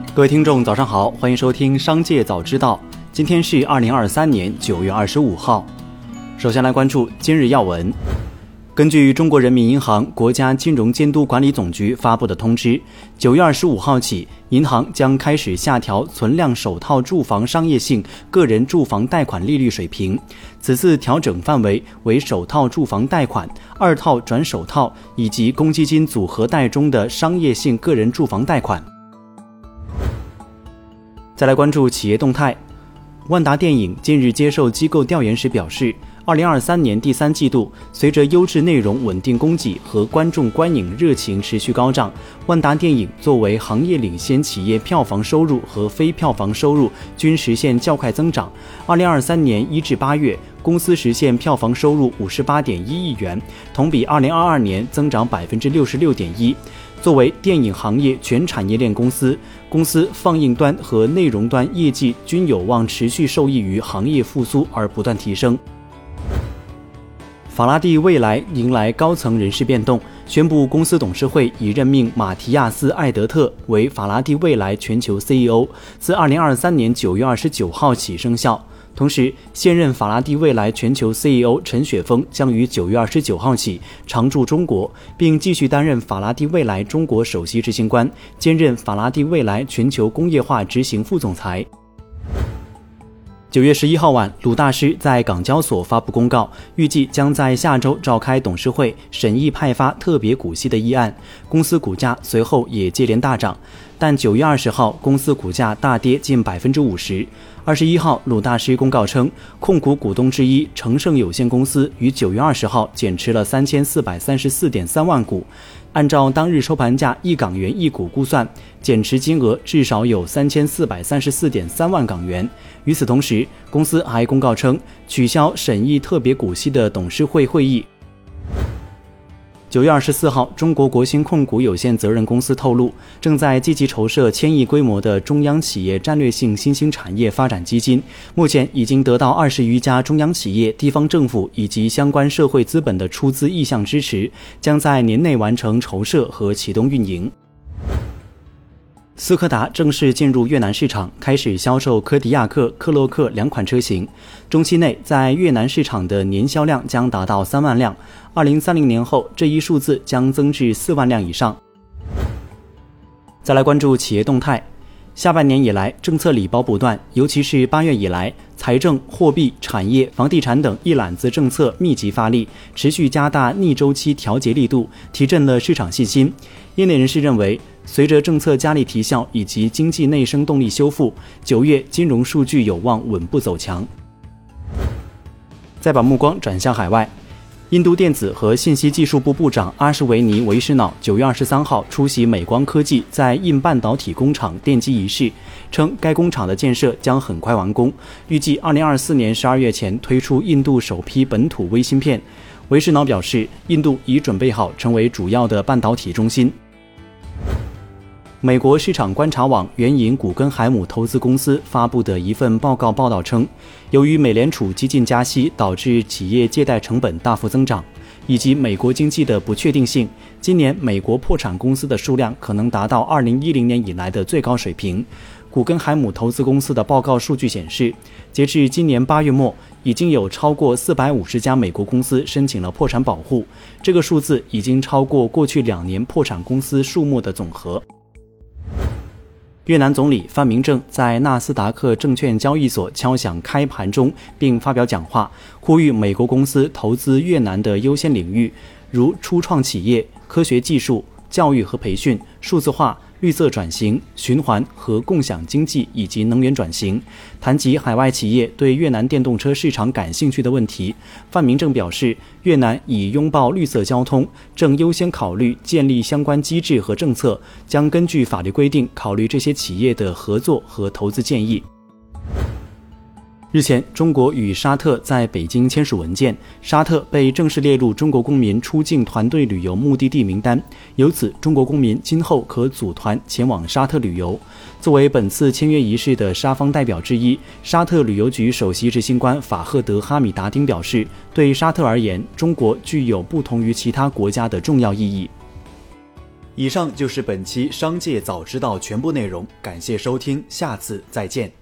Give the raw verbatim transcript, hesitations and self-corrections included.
各位听众早上好，欢迎收听商界早知道。今天是二零二三年九月二十五号。首先来关注今日要闻。根据中国人民银行国家金融监督管理总局发布的通知，九月二十五号起，银行将开始下调存量首套住房商业性个人住房贷款利率水平。此次调整范围为首套住房贷款、二套转首套以及公积金组合贷中的商业性个人住房贷款。再来关注企业动态。万达电影近日接受机构调研时表示，二零二三年第三季度，随着优质内容稳定供给和观众观影热情持续高涨，万达电影作为行业领先企业，票房收入和非票房收入均实现较快增长。二零二三年一至八月，公司实现票房收入五十八点一亿元，同比二零二二年增长百分之六十六点一。作为电影行业全产业链公司，公司放映端和内容端业绩均有望持续受益于行业复苏而不断提升。法拉第未来迎来高层人事变动，宣布公司董事会已任命马提亚斯·艾德特为法拉第未来全球 C E O， 自二零二三年九月二十九号起生效。同时，现任法拉第未来全球 C E O 陈雪峰将于九月二十九号起常驻中国，并继续担任法拉第未来中国首席执行官，兼任法拉第未来全球工业化执行副总裁。九月十一号晚，鲁大师在港交所发布公告，预计将在下周召开董事会审议派发特别股息的议案，公司股价随后也接连大涨。但九月二十号，公司股价大跌近百分之五十。二十一号，鲁大师公告称，控股股东之一成盛有限公司于九月二十号减持了三千四百三十四点三万股，按照当日收盘价一港元一股估算，减持金额至少有三千四百三十四点三万港元。与此同时，公司还公告称，取消审议特别股息的董事会会议。九月二十四号，中国国兴控股有限责任公司透露，正在积极筹设千亿规模的中央企业战略性新兴产业发展基金，目前已经得到二十余家中央企业、地方政府以及相关社会资本的出资意向支持，将在年内完成筹设和启动运营。斯柯达正式进入越南市场，开始销售柯迪亚克、克洛克两款车型。中期内，在越南市场的年销量将达到三万辆，二零三零年后，这一数字将增至四万辆以上。再来关注企业动态。下半年以来，政策礼包不断，尤其是八月以来，财政、货币、产业、房地产等一揽子政策密集发力，持续加大逆周期调节力度，提振了市场信心。业内人士认为，随着政策加力提效以及经济内生动力修复，九月金融数据有望稳步走强。再把目光转向海外。印度电子和信息技术部部长阿什维尼·维什瑙九月二十三号出席美光科技在印半导体工厂奠基仪式，称该工厂的建设将很快完工，预计二零二四年十二月前推出印度首批本土微芯片。维什瑙表示，印度已准备好成为主要的半导体中心。美国市场观察网援引古根海姆投资公司发布的一份报告报道称，由于美联储激进加息导致企业借贷成本大幅增长，以及美国经济的不确定性，今年美国破产公司的数量可能达到二零一零年以来的最高水平。古根海姆投资公司的报告数据显示，截至今年八月末，已经有超过四百五十家美国公司申请了破产保护，这个数字已经超过过去两年破产公司数目的总和。越南总理范明正在纳斯达克证券交易所敲响开盘中，并发表讲话，呼吁美国公司投资越南的优先领域，如初创企业、科学技术、教育和培训、数字化、绿色转型、循环和共享经济以及能源转型。谈及海外企业对越南电动车市场感兴趣的问题，范明正表示，越南已拥抱绿色交通，正优先考虑建立相关机制和政策，将根据法律规定考虑这些企业的合作和投资建议。日前，中国与沙特在北京签署文件，沙特被正式列入中国公民出境团队旅游目的地名单，由此中国公民今后可组团前往沙特旅游。作为本次签约仪式的沙方代表之一，沙特旅游局首席执行官法赫德·哈米达丁表示，对沙特而言，中国具有不同于其他国家的重要意义。 以上就是本期商界早知道全部内容，感谢收听，下次再见。